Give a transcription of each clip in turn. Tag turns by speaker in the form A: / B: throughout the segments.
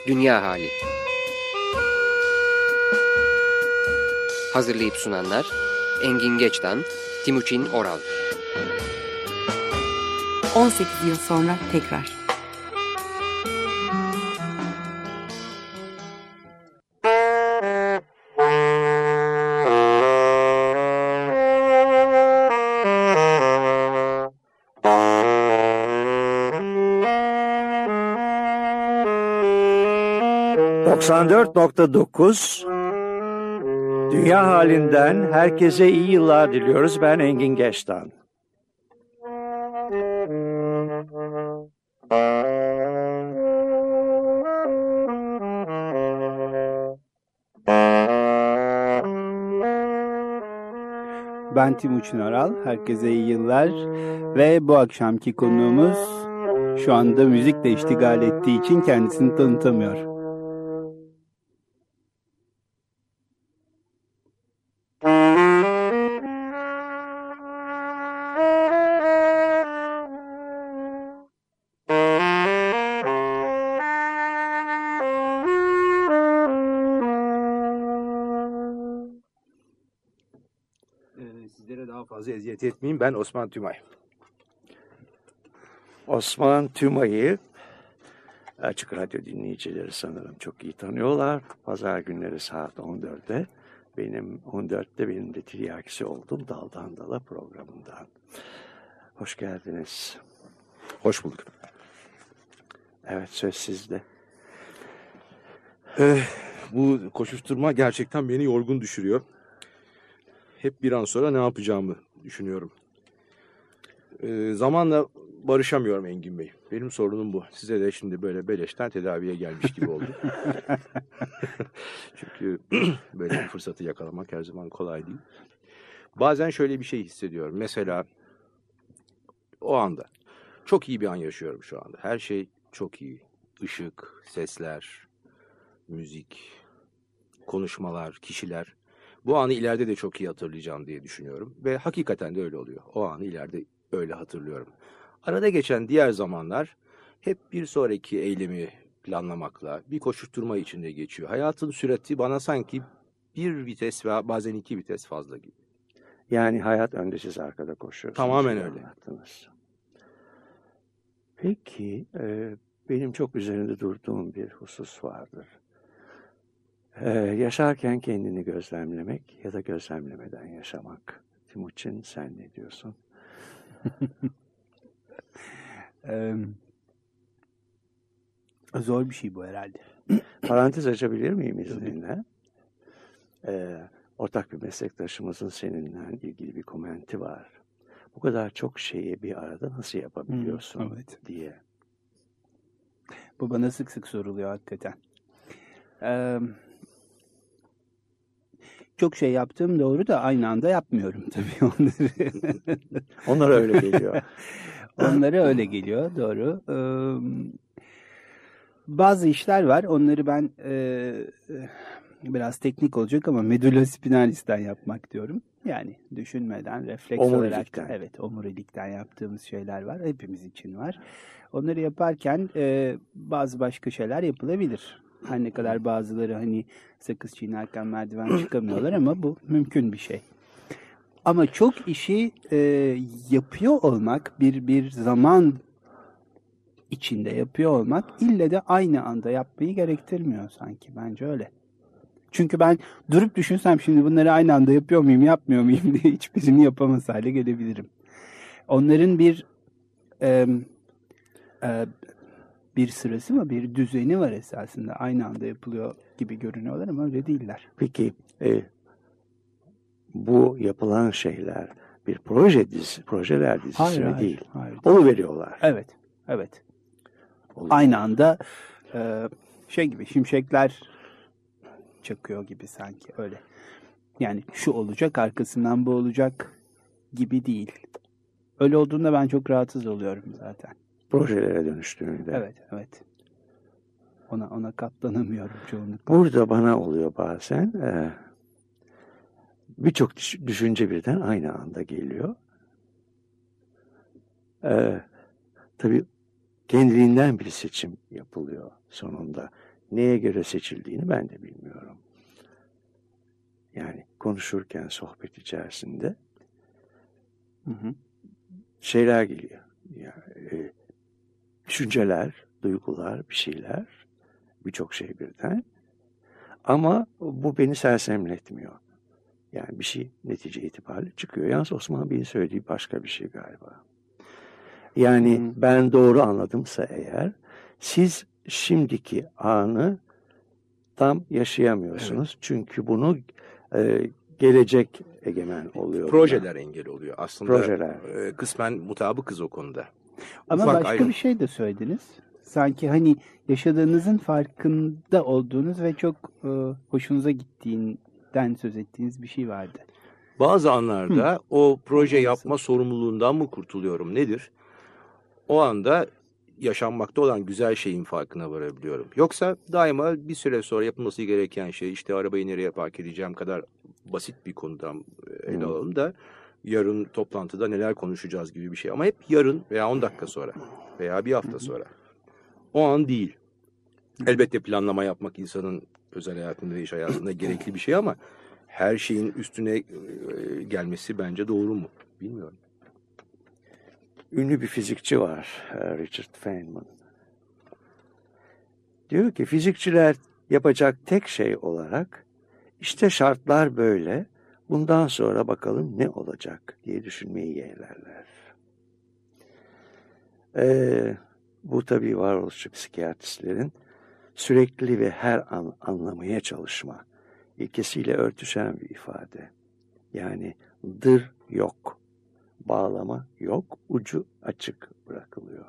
A: Dünya Hali. Hazırlayıp sunanlar Engin Geçtan, Timuçin Oral.
B: 18 yıl sonra tekrar.
C: ...94.9 Dünya Halinden herkese iyi yıllar diliyoruz. Ben Engin Geçtan.
D: Ben Timuçin Oral. Herkese iyi yıllar. Ve bu akşamki konuğumuz şu anda müzikle iştigal ettiği için kendisini tanıtamıyor.
E: Sizlere daha fazla eziyet etmeyeyim. Ben Osman Tümay.
C: Osman Tümay'ı Açık Radyo dinleyicileri sanırım çok iyi tanıyorlar. Pazar günleri saat 14'te benim de tiryakisi oldum Daldan Dala programından. Hoş geldiniz.
E: Hoş bulduk.
C: Evet, söz sizde.
E: Bu koşuşturma gerçekten beni yorgun düşürüyor. Hep bir an sonra ne yapacağımı düşünüyorum. Zamanla barışamıyorum Engin Bey. Benim sorunum bu. Size de şimdi böyle beleşten tedaviye gelmiş gibi oldu. Çünkü böyle bir fırsatı yakalamak her zaman kolay değil. Bazen şöyle bir şey hissediyorum. Mesela o anda çok iyi bir an yaşıyorum şu anda. Her şey çok iyi. Işık, sesler, müzik, konuşmalar, kişiler. Bu anı ileride de çok iyi hatırlayacağım diye düşünüyorum. Ve hakikaten de öyle oluyor. O anı ileride öyle hatırlıyorum. Arada geçen diğer zamanlar hep bir sonraki eylemi planlamakla, bir koşuşturma içinde geçiyor. Hayatın sürati bana sanki bir vites ve bazen 2 vites fazla gibi.
C: Yani hayat önde, siz arkada koşuyorsunuz.
E: Tamamen öyle.
C: Anlattınız. Peki, benim çok üzerinde durduğum bir husus vardır. Yaşarken kendini gözlemlemek ya da gözlemlemeden yaşamak. Timuçin, sen ne diyorsun?
D: Zor bir şey bu herhalde.
C: Parantez açabilir miyim izninle? Ortak bir meslektaşımızın seninle ilgili bir komenti var. Bu kadar çok şeyi bir arada nasıl yapabiliyorsun
D: evet.
C: diye.
D: Bu bana sık sık soruluyor hakikaten. Çok şey yaptığım doğru da aynı anda yapmıyorum tabii onları.
C: Onlara öyle geliyor.
D: Onlara öyle geliyor, doğru. Bazı işler var, onları ben biraz teknik olacak ama medulla spinalis'ten yapmak diyorum. Yani düşünmeden, refleks olarak, evet, omurilikten yaptığımız şeyler var. Hepimiz için var. Onları yaparken bazı başka şeyler yapılabilir. Her ne kadar bazıları hani sakız çiğnerken merdiven çıkamıyorlar ama bu mümkün bir şey. Ama çok işi yapıyor olmak, bir zaman içinde yapıyor olmak ille de aynı anda yapmayı gerektirmiyor sanki. Bence öyle. Çünkü ben durup düşünsem şimdi bunları aynı anda yapıyor muyum, yapmıyor muyum diye hiçbirini yapamaz hale gelebilirim. Onların bir sırası mı, bir düzeni var esasında. Aynı anda yapılıyor gibi görünüyorlar ama öyle değiller.
C: Peki, bu yapılan şeyler bir projeler dizisi mi değil?
D: Hayır.
C: Oluveriyorlar.
D: Evet. Aynı anda şey gibi, şimşekler çakıyor gibi sanki, öyle. Yani şu olacak, arkasından bu olacak gibi değil. Öyle olduğunda ben çok rahatsız oluyorum zaten.
C: Projelere dönüştüğünde.
D: Evet. Ona katlanamıyorum çoğunlukla.
C: Burada bana oluyor bazen. Birçok düşünce birden aynı anda geliyor. Tabii kendiliğinden bir seçim yapılıyor sonunda. neye göre seçildiğini ben de bilmiyorum. Yani konuşurken sohbet içerisinde şeyler geliyor. Yani, düşünceler, duygular, bir şeyler, birçok şey birden. Ama bu beni sersemletmiyor. Yani bir şey netice itibariyle çıkıyor. Yalnız Osman Bey'in söylediği başka bir şey galiba. Yani ben doğru anladımsa eğer, siz şimdiki anı tam yaşayamıyorsunuz. Evet. Çünkü bunu gelecek egemen oluyor.
E: Projeler engel oluyor. Aslında kısmen mutabıkız o konuda.
D: Ama başka bir şey de söylediniz. Sanki hani yaşadığınızın farkında olduğunuz ve çok hoşunuza gittiğinden söz ettiğiniz bir şey vardı.
E: Bazı anlarda o proje yapma sorumluluğundan mı kurtuluyorum nedir? O anda yaşanmakta olan güzel şeyin farkına varabiliyorum. Yoksa daima bir süre sonra yapılması gereken şey, işte arabayı nereye park edeceğim kadar basit bir konudan ele alalım da yarın toplantıda neler konuşacağız gibi bir şey. Ama hep yarın veya 10 dakika sonra veya bir hafta sonra. O an değil. Elbette planlama yapmak insanın özel hayatında ve iş hayatında gerekli bir şey ama her şeyin üstüne gelmesi bence doğru mu? Bilmiyorum.
C: Ünlü bir fizikçi var, Richard Feynman. Diyor ki fizikçiler yapacak tek şey olarak işte şartlar böyle, bundan sonra bakalım ne olacak diye düşünmeyi yeğlerler. Bu tabii varoluşçu psikiyatristlerin sürekli ve her an anlamaya çalışma ilkesiyle örtüşen bir ifade. Yani dır yok, bağlama yok, ucu açık bırakılıyor.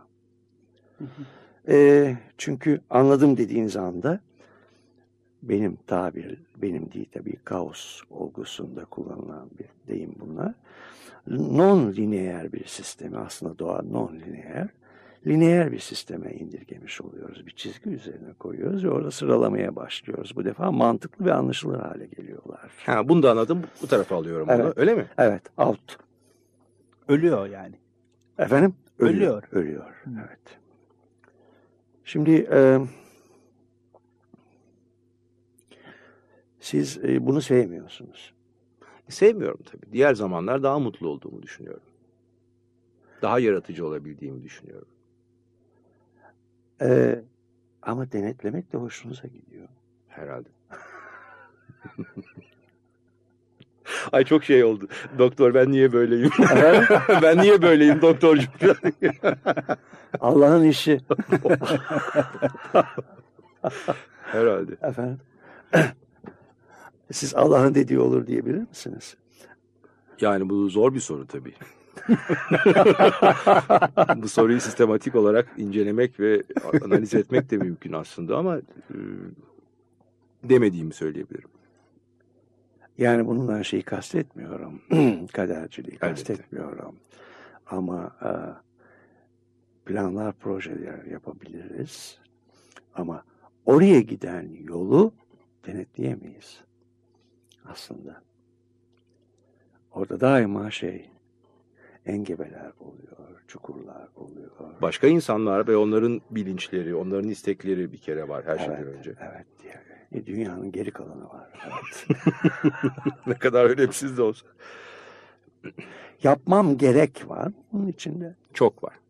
C: Çünkü anladım dediğiniz anda benim değil tabii kaos olgusunda kullanılan bir deyim bunlar. Non-lineer bir sistemi, aslında doğa non-lineer, lineer bir sisteme indirgemiş oluyoruz. Bir çizgi üzerine koyuyoruz ve orada sıralamaya başlıyoruz. Bu defa mantıklı ve anlaşılır hale geliyorlar.
E: Bunu da anladım, bu tarafa alıyorum onu, öyle mi?
C: Evet, out.
D: Ölüyor yani.
C: Efendim?
D: Ölüyor.
C: Evet. Şimdi siz bunu sevmiyorsunuz.
E: Sevmiyorum tabii. Diğer zamanlar daha mutlu olduğumu düşünüyorum. Daha yaratıcı olabildiğimi düşünüyorum.
C: Ama denetlemek de hoşunuza gidiyor.
E: Herhalde. Ay çok şey oldu. Doktor ben niye böyleyim? Ben niye böyleyim doktorcuğum?
C: Allah'ın işi.
E: Herhalde.
C: Efendim? Siz Allah'ın dediği olur diyebilir misiniz?
E: Yani bu zor bir soru tabii. Bu soruyu sistematik olarak incelemek ve analiz etmek de mümkün aslında ama demediğimi söyleyebilirim.
C: Yani bununla şeyi kastetmiyorum. Kaderciliği kastetmiyorum. Ama planlar, projeler yapabiliriz. Ama oraya giden yolu denetleyemeyiz. Aslında. Orada daima engebeler oluyor, çukurlar oluyor.
E: Başka insanlar ve onların bilinçleri, onların istekleri bir kere var her şeyden önce.
C: Evet. Dünyanın geri kalanı var. Evet.
E: Ne kadar önemsiz de olsa.
C: Yapmam gerek var bunun içinde.
E: Çok var.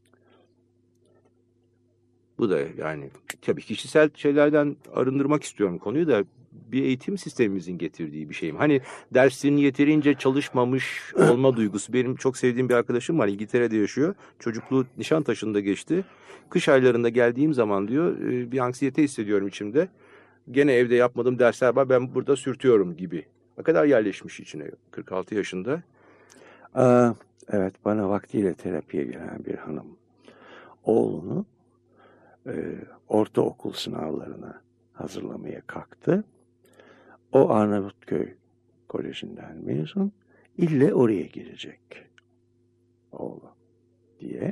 E: Bu da yani tabii kişisel şeylerden arındırmak istiyorum konuyu da bir eğitim sistemimizin getirdiği bir şeyim. Hani derslerini yeterince çalışmamış olma duygusu. Benim çok sevdiğim bir arkadaşım var. İngiltere'de yaşıyor. Çocukluğu Nişantaşı'nda geçti. Kış aylarında geldiğim zaman diyor bir anksiyete hissediyorum içimde. Gene evde yapmadığım dersler var. Ben burada sürtüyorum gibi. Ne kadar yerleşmiş içine. 46 yaşında.
C: Evet, bana vaktiyle terapiye gelen bir hanım oğlunu ortaokul sınavlarına hazırlamaya kalktı. O Arnavutköy Koleji'nden mezun. İlle oraya girecek oğlu diye.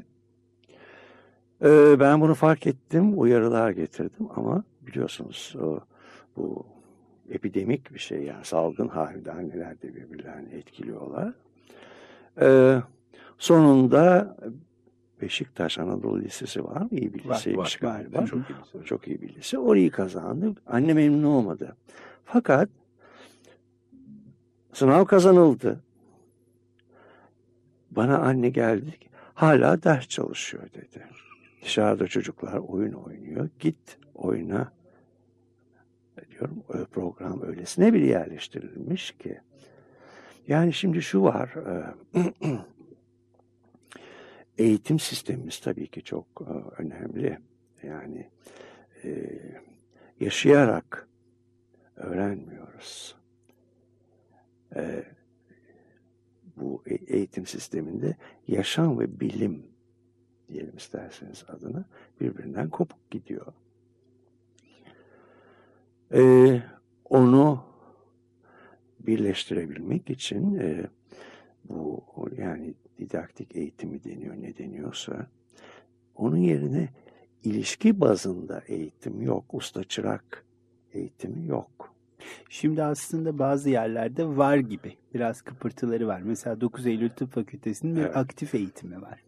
C: Ben bunu fark ettim, uyarılar getirdim ama biliyorsunuz bu epidemik bir şey, yani salgın halinde anneler de birbirlerini etkiliyorlar. Sonunda Beşiktaş Anadolu Lisesi var mı? İyi bir liseymiş galiba.
E: Çok iyi lise.
C: Çok iyi bir lise. Orayı kazandı. Anne memnun olmadı. Fakat sınav kazanıldı. Bana anne geldi. Hala ders çalışıyor dedi. Dışarıda çocuklar oyun oynuyor. Git oyna. Diyorum, program öylesine bir yerleştirilmiş ki. Yani şimdi şu var. Eğitim sistemimiz tabii ki çok önemli. Yani yaşayarak öğrenmiyoruz. Bu eğitim sisteminde yaşam ve bilim diyelim isterseniz adına birbirinden kopuk gidiyor. Onu birleştirebilmek için bu yani didaktik eğitimi deniyor ne deniyorsa onun yerine ilişki bazında eğitim yok, usta çırak eğitimi yok.
D: Şimdi aslında bazı yerlerde var gibi. Biraz kıpırtıları var. Mesela 9 Eylül Tıp Fakültesi'nin bir aktif eğitimi var.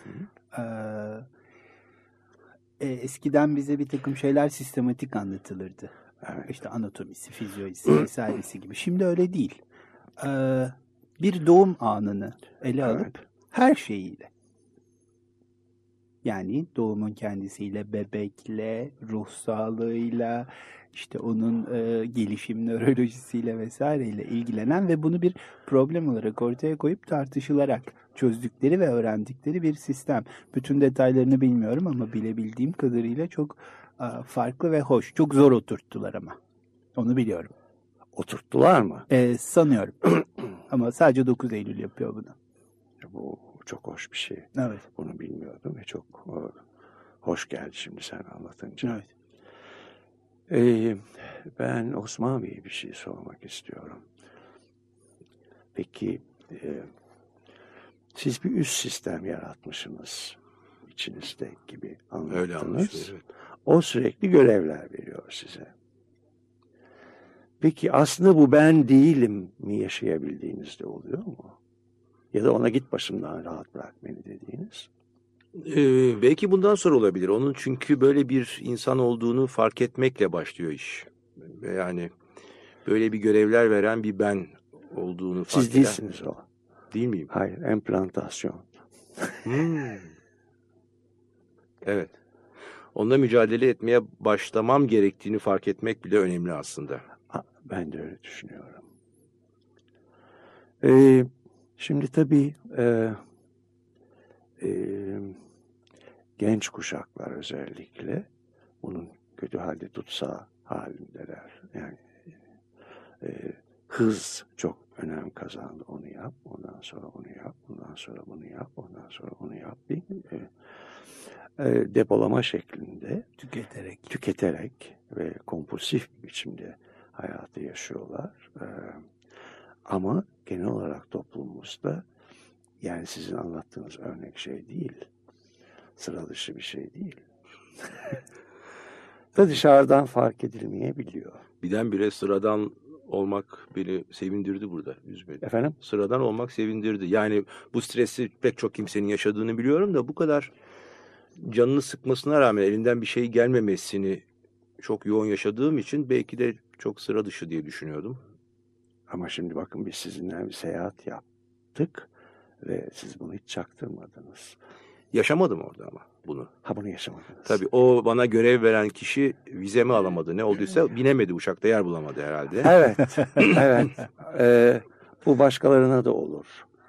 D: Eskiden bize bir takım şeyler sistematik anlatılırdı.
C: Evet.
D: İşte anatomisi, fizyolojisi vesairesi gibi. Şimdi öyle değil. Bir doğum anını ele alıp her şeyiyle. Yani doğumun kendisiyle, bebekle, ruh sağlığıyla, işte onun gelişim nörolojisiyle vesaireyle ilgilenen ve bunu bir problem olarak ortaya koyup tartışılarak çözdükleri ve öğrendikleri bir sistem. Bütün detaylarını bilmiyorum ama bilebildiğim kadarıyla çok farklı ve hoş. Çok zor oturttular ama. Onu biliyorum.
C: Oturttular mı?
D: Sanıyorum. Ama sadece 9 Eylül yapıyor bunu.
C: Bu çok hoş bir şey.
D: Evet.
C: Bunu bilmiyordum ve çok hoş geldi şimdi sen anlatınca.
D: Evet.
C: Ben Osman Bey'e bir şey sormak istiyorum. Peki siz bir üst sistem yaratmışsınız içinizde gibi anlattınız.
E: Öyle anlaşılıyor. Evet.
C: O sürekli görevler veriyor size. Peki aslında bu ben değilim mi yaşayabildiğinizde oluyor mu? Ya da ona git başımdan rahat bırak beni dediğiniz?
E: Belki bundan sonra olabilir. Onun çünkü böyle bir insan olduğunu fark etmekle başlıyor iş. Yani böyle bir görevler veren bir ben olduğunu fark eden.
C: Siz değilsiniz o.
E: Değil miyim?
C: Hayır, emplantasyon.
E: Evet. Onunla mücadele etmeye başlamam gerektiğini fark etmek bile önemli aslında.
C: Ben de öyle düşünüyorum. Şimdi tabii genç kuşaklar özellikle bunun kötü halde tutsağı halindeler. Yani hız çok önem kazandı. Onu yap, ondan sonra onu yap, ondan sonra bunu yap, ondan sonra onu yap değil mi? Depolama şeklinde tüketerek ve kompulsif bir biçimde hayatı yaşıyorlar. Ama genel olarak toplumumuzda yani sizin anlattığınız örnek şey değil. Sıra dışı bir şey değil. Da dışarıdan fark edilmeyebiliyor.
E: Birdenbire sıradan olmak beni sevindirdi burada. Üzmedi.
C: Efendim?
E: Sıradan olmak sevindirdi. Yani bu stresi pek çok kimsenin yaşadığını biliyorum da bu kadar canını sıkmasına rağmen elinden bir şey gelmemesini çok yoğun yaşadığım için belki de çok sıra dışı diye düşünüyordum.
C: Ama şimdi bakın biz sizinle bir seyahat yaptık ve siz bunu hiç çaktırmadınız.
E: Yaşamadım orada ama bunu.
C: Bunu yaşamadınız.
E: Tabii o bana görev veren kişi vizemi alamadı. Ne olduysa binemedi, uçakta yer bulamadı herhalde.
C: Evet, evet. Bu başkalarına da olur.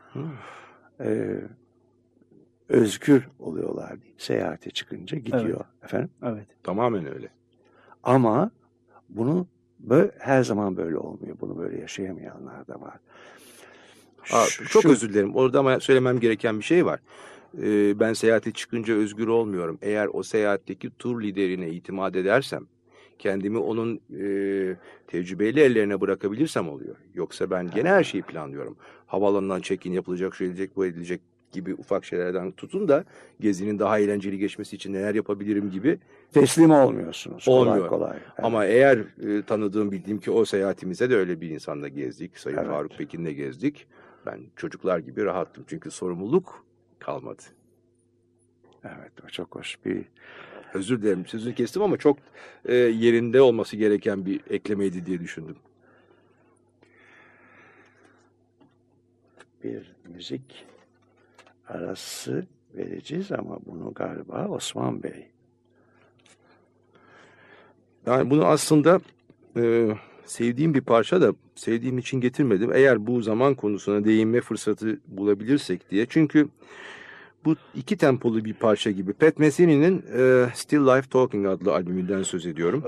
C: Özgür oluyorlar. Seyahate çıkınca gidiyor. Evet. Efendim?
D: Evet.
E: Tamamen öyle.
C: Ama bunu her zaman böyle olmuyor. Bunu böyle yaşayamayanlar da var.
E: Çok özür dilerim. Orada ama söylemem gereken bir şey var. Ben seyahate çıkınca özgür olmuyorum. Eğer o seyahatteki tur liderine itimat edersem, kendimi onun tecrübeli ellerine bırakabilirsem oluyor. Yoksa ben gene her şeyi planlıyorum. Havaalanından check-in yapılacak, şu edilecek, bu edilecek gibi ufak şeylerden tutun da gezinin daha eğlenceli geçmesi için neler yapabilirim gibi.
C: Teslim olmuyorsunuz.
E: Olmuyor.
C: Kolay. Evet.
E: Ama eğer tanıdığım, bildiğim ki o seyahatimizde de öyle bir insanla gezdik. Sayın
C: Evet.
E: Faruk Pekin'le gezdik. Ben çocuklar gibi rahattım. Çünkü sorumluluk kalmadı.
C: Evet, o çok hoş bir...
E: Özür dilerim sözünü kestim ama çok yerinde olması gereken bir eklemeydi diye düşündüm.
C: Bir müzik arası vereceğiz ama bunu galiba Osman Bey.
E: Yani bunu aslında sevdiğim bir parça da sevdiğim için getirmedim. Eğer bu zaman konusuna değinme fırsatı bulabilirsek diye. Çünkü bu 2 tempolu bir parça gibi. Pat Metheny'nin Still Life Talking adlı albümünden söz ediyorum.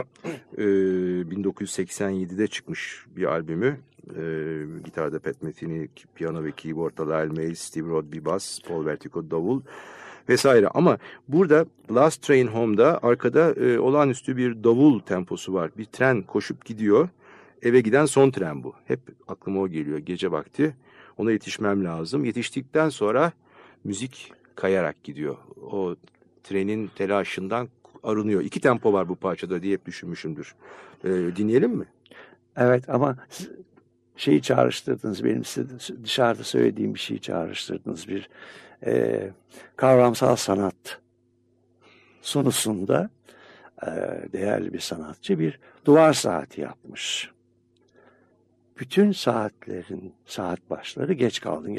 E: 1987'de çıkmış bir albümü. Gitarda Pat Metheny, piyano ve keyboardda Lyle Mays, Steve Rodby bass, Paul Vertigo davul vesaire. Ama burada Last Train Home'da arkada olağanüstü bir davul temposu var. Bir tren koşup gidiyor. Eve giden son tren bu. Hep aklıma o geliyor gece vakti. Ona yetişmem lazım. Yetiştikten sonra müzik kayarak gidiyor. O trenin telaşından arınıyor. 2 tempo var bu parçada diye hep düşünmüşümdür. Dinleyelim mi?
C: Evet ama şeyi çağrıştırdınız. Benim size dışarıda söylediğim bir şeyi çağrıştırdınız. Bir kavramsal sanat sunusunda değerli bir sanatçı bir duvar saati yapmış. Bütün saatlerin saat başları geç kaldın.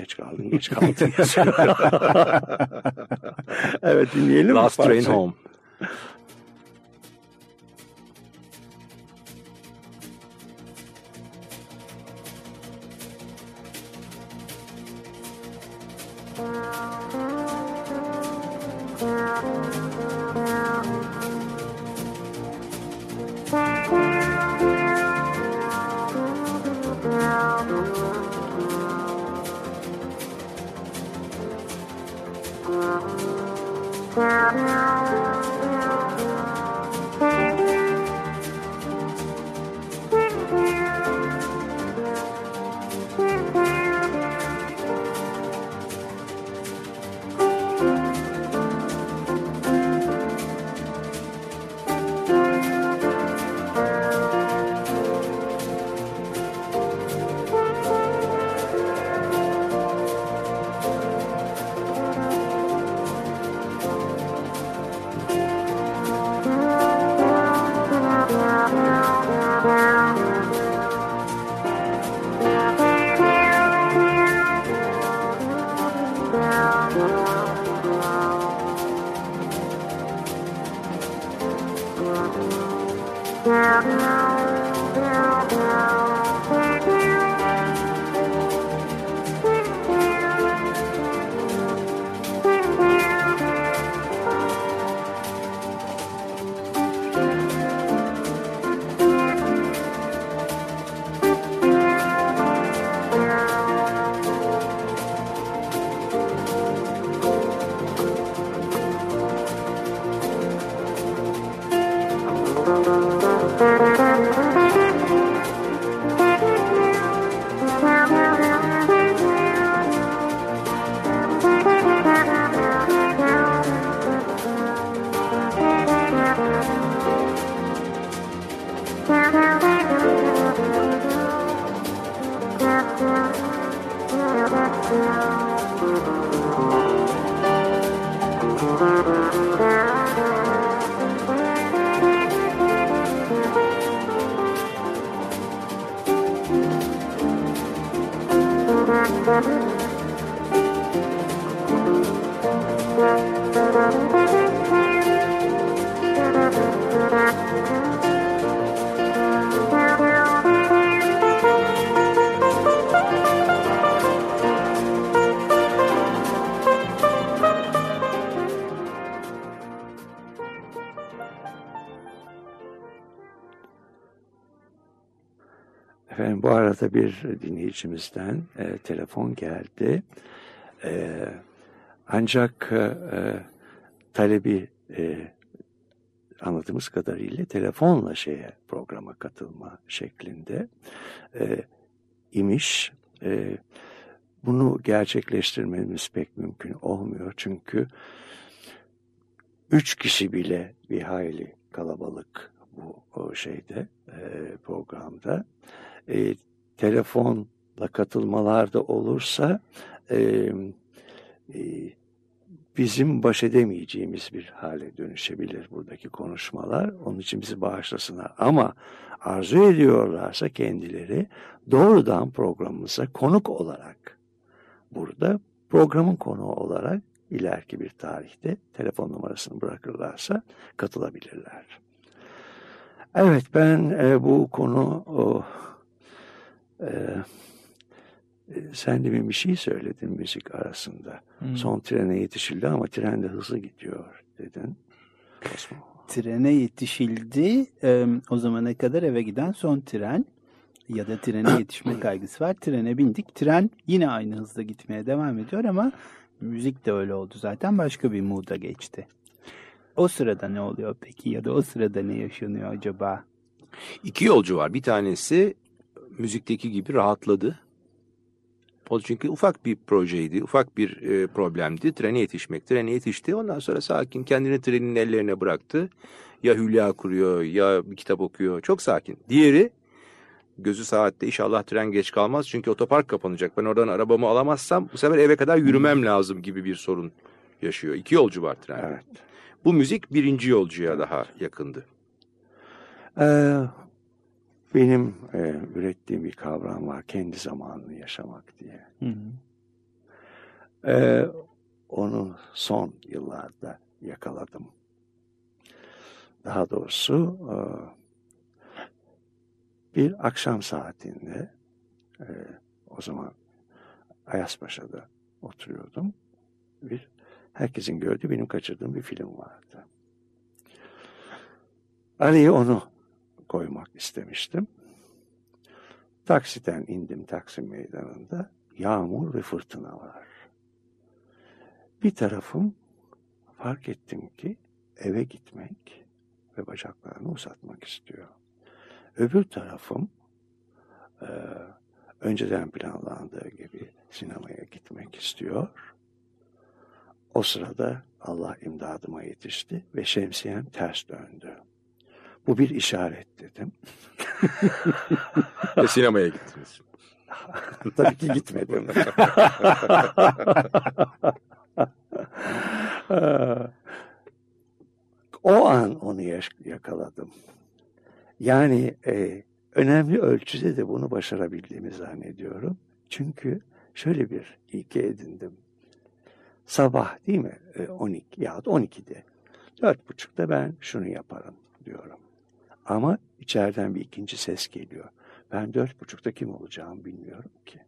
C: Evet, dinleyelim.
E: Last Train Home.
C: Efendim, bu arada bir dinleyicimizden telefon geldi. Ancak talebi anladığımız kadarıyla telefonla programa katılma şeklinde imiş. Bunu gerçekleştirmemiz pek mümkün olmuyor. Çünkü 3 kişi bile bir hayli kalabalık bu programda. Telefonla katılmalar da olursa bizim baş edemeyeceğimiz bir hale dönüşebilir buradaki konuşmalar. Onun için bizi bağışlasınlar. Ama arzu ediyorlarsa kendileri doğrudan programımıza konuk olarak, burada programın konuğu olarak ileriki bir tarihte telefon numarasını bırakırlarsa katılabilirler. Evet, ben bu konu sen de bir şey söyledin müzik arasında. Son trene yetişildi ama tren de hızlı gidiyor dedin. Osman.
D: Trene yetişildi. O zamana kadar eve giden son tren ya da trene yetişme kaygısı var. Trene bindik. Tren yine aynı hızla gitmeye devam ediyor ama müzik de öyle oldu zaten. Başka bir mood'a geçti. O sırada ne oluyor peki? Ya da o sırada ne yaşanıyor acaba?
E: 2 yolcu var. Bir tanesi müzikteki gibi rahatladı. O çünkü ufak bir projeydi, ufak bir problemdi. Trene yetişmek. Trene yetişti. Ondan sonra sakin kendini trenin ellerine bıraktı. Ya hülya kuruyor ya bir kitap okuyor. Çok sakin. Diğeri gözü saatte, inşallah tren geç kalmaz. Çünkü otopark kapanacak. Ben oradan arabamı alamazsam bu sefer eve kadar yürümem lazım gibi bir sorun yaşıyor. 2 yolcu var trende.
C: Evet.
E: Bu müzik 1. yolcuya daha yakındı.
C: Benim ürettiğim bir kavram var. Kendi zamanını yaşamak diye. Onu son yıllarda yakaladım. Daha doğrusu bir akşam saatinde o zaman Ayaspaşa'da oturuyordum. Herkesin gördüğü, benim kaçırdığım bir film vardı. Araya onu koymak istemiştim. Taksiden indim, Taksim Meydanı'nda. Yağmur ve fırtına var. Bir tarafım fark ettim ki eve gitmek ve bacaklarını uzatmak istiyor. Öbür tarafım önceden planlandığı gibi sinemaya gitmek istiyor. O sırada Allah imdadıma yetişti ve şemsiyem ters döndü. Bu bir işaret dedim.
E: Ve sinemaya gittiniz.
C: Tabii ki gitmedim. O an onu yakaladım. Yani önemli ölçüde de bunu başarabildiğimi zannediyorum. Çünkü şöyle bir ilke edindim. Sabah değil mi? 12 yahut 12'de. 4.30'da ben şunu yaparım diyorum. Ama içeriden bir ikinci ses geliyor. Ben 4.30'da kim olacağımı bilmiyorum ki.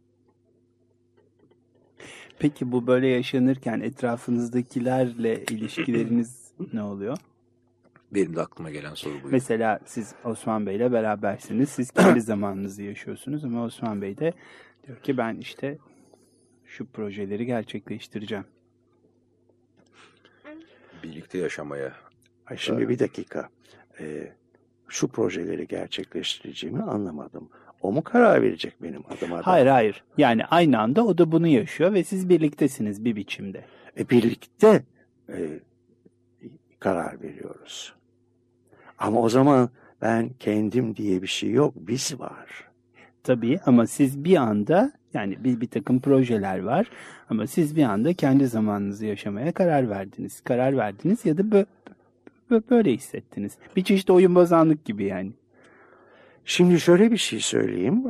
D: Peki bu böyle yaşanırken etrafınızdakilerle ilişkileriniz ne oluyor?
E: Benim de aklıma gelen soru buydu.
D: Mesela siz Osman Bey'le berabersiniz. Siz kendi zamanınızı yaşıyorsunuz ama Osman Bey de diyor ki ben işte şu projeleri gerçekleştireceğim.
E: Birlikte yaşamaya.
C: Şimdi bir dakika. Şu projeleri gerçekleştireceğimi anlamadım. O mu karar verecek benim adıma?
D: Hayır. Yani aynı anda o da bunu yaşıyor ve siz birliktesiniz bir biçimde.
C: Birlikte karar veriyoruz. Ama o zaman ben kendim diye bir şey yok. Biz var.
D: Tabii ama siz bir anda yani bir takım projeler var ama siz bir anda kendi zamanınızı yaşamaya karar verdiniz. Karar verdiniz ya da böyle hissettiniz. Bir çeşit oyun bozanlık gibi yani.
C: Şimdi şöyle bir şey söyleyeyim.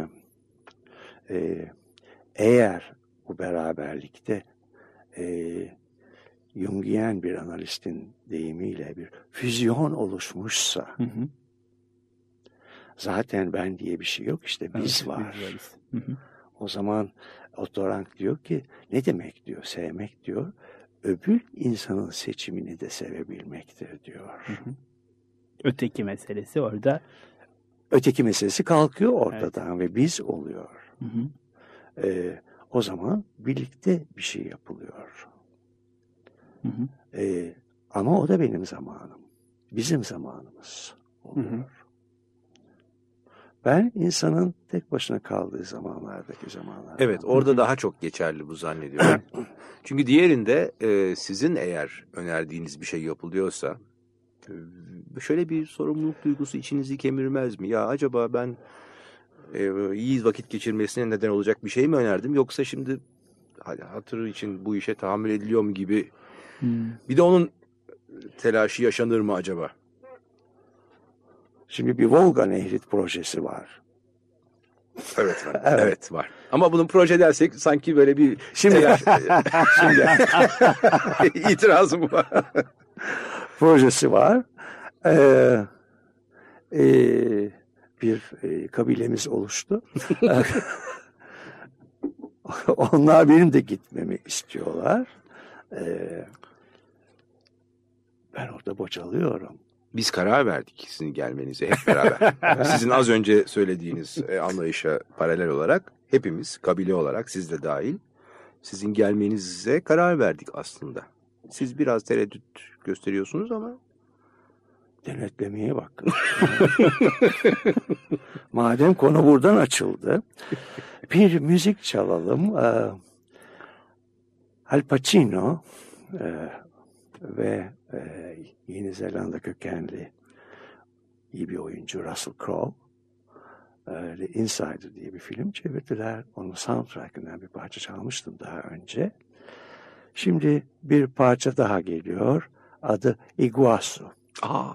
C: Eğer bu beraberlikte Jungian bir analistin deyimiyle bir füzyon oluşmuşsa zaten ben diye bir şey yok, işte biz var. O zaman Otto diyor ki ne demek diyor, sevmek diyor, öbür insanın seçimini de sevebilmektir diyor.
D: Öteki meselesi orada.
C: Öteki meselesi kalkıyor ortadan ve biz oluyor. O zaman birlikte bir şey yapılıyor. Ama o da benim zamanım. Bizim zamanımız oluyor. Ben insanın tek başına kaldığı zamanlardaki zamanlar.
E: Evet, orada daha çok geçerli bu zannediyorum. Çünkü diğerinde sizin eğer önerdiğiniz bir şey yapılıyorsa şöyle bir sorumluluk duygusu içinizi kemirmez mi? Ya acaba ben iyi vakit geçirmesine neden olacak bir şey mi önerdim? Yoksa şimdi hatırı için bu işe tahammül ediliyor mu gibi Bir de onun telaşı yaşanır mı acaba?
C: Şimdi bir Volga Nehri projesi var.
E: Evet, efendim. Evet var. Ama bunun proje dersek sanki böyle bir şimdi itirazım var.
C: Projesi var. Bir kabilemiz oluştu. Onlar benim de gitmemi istiyorlar. Ben orada bocalıyorum.
E: Biz karar verdik sizin gelmenize hep beraber. Sizin az önce söylediğiniz anlayışa paralel olarak hepimiz kabile olarak siz de dahil sizin gelmenize karar verdik aslında. Siz biraz tereddüt gösteriyorsunuz ama
C: Denetlemeye bak. Madem konu buradan açıldı, bir müzik çalalım. Al Pacino ve Yeni Zelanda kökenli iyi bir oyuncu Russell Crowe The Insider diye bir film çevirdiler. Onun soundtrack'ından bir parça çalmıştım daha önce. Şimdi bir parça daha geliyor. Adı Iguazu.
E: aa.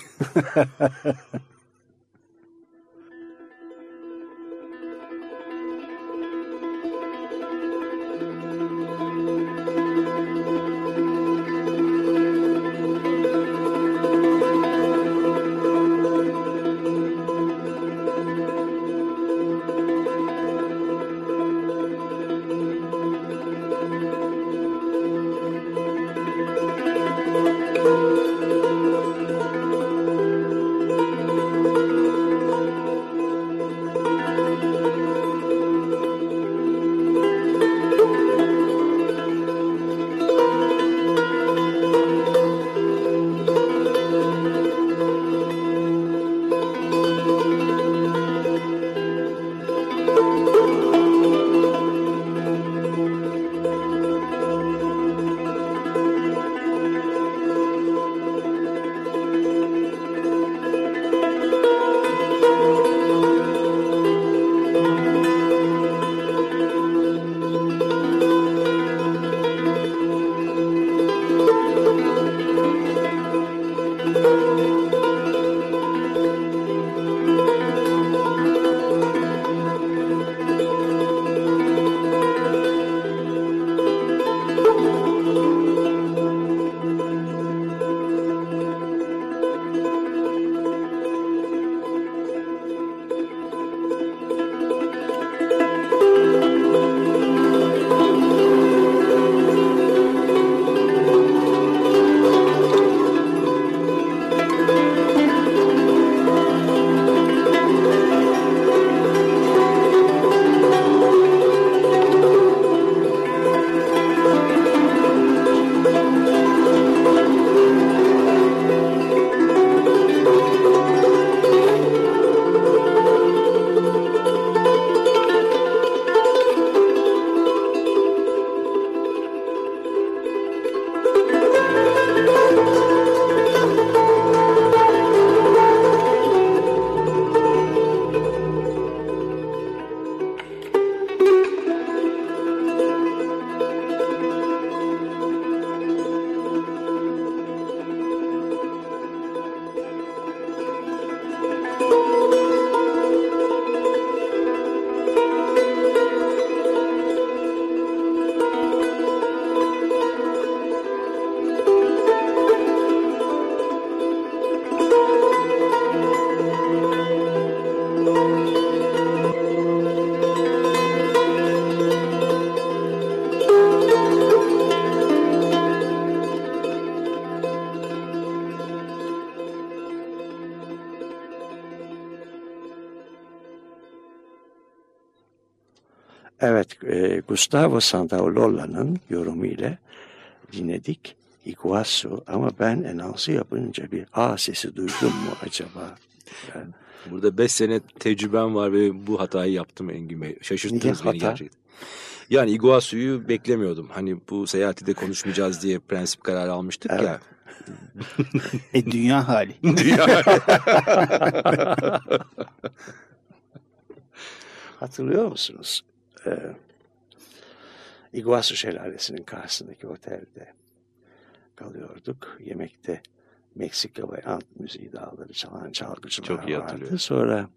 C: Evet, Gustavo Santaolalla'nın yorumu ile dinledik Iguazu, ama ben enansı yapınca bir A sesi duydum mu acaba? Yani,
E: burada 5 sene tecrübem var ve bu hatayı yaptım Engin Bey. Şaşırttınız beni gerçekten. Yani Iguazu'yu beklemiyordum. Hani bu seyahati de konuşmayacağız diye prensip kararı almıştık ya.
D: Dünya hali.
E: Dünya hali.
C: Hatırlıyor musunuz? Iguazu Şelalesi'nin karşısındaki otelde kalıyorduk. Yemekte Meksika ve Ant müziği dağları çalan çalgıcılar
E: Çok iyi
C: vardı.
E: hatırlıyorum.
C: Sonra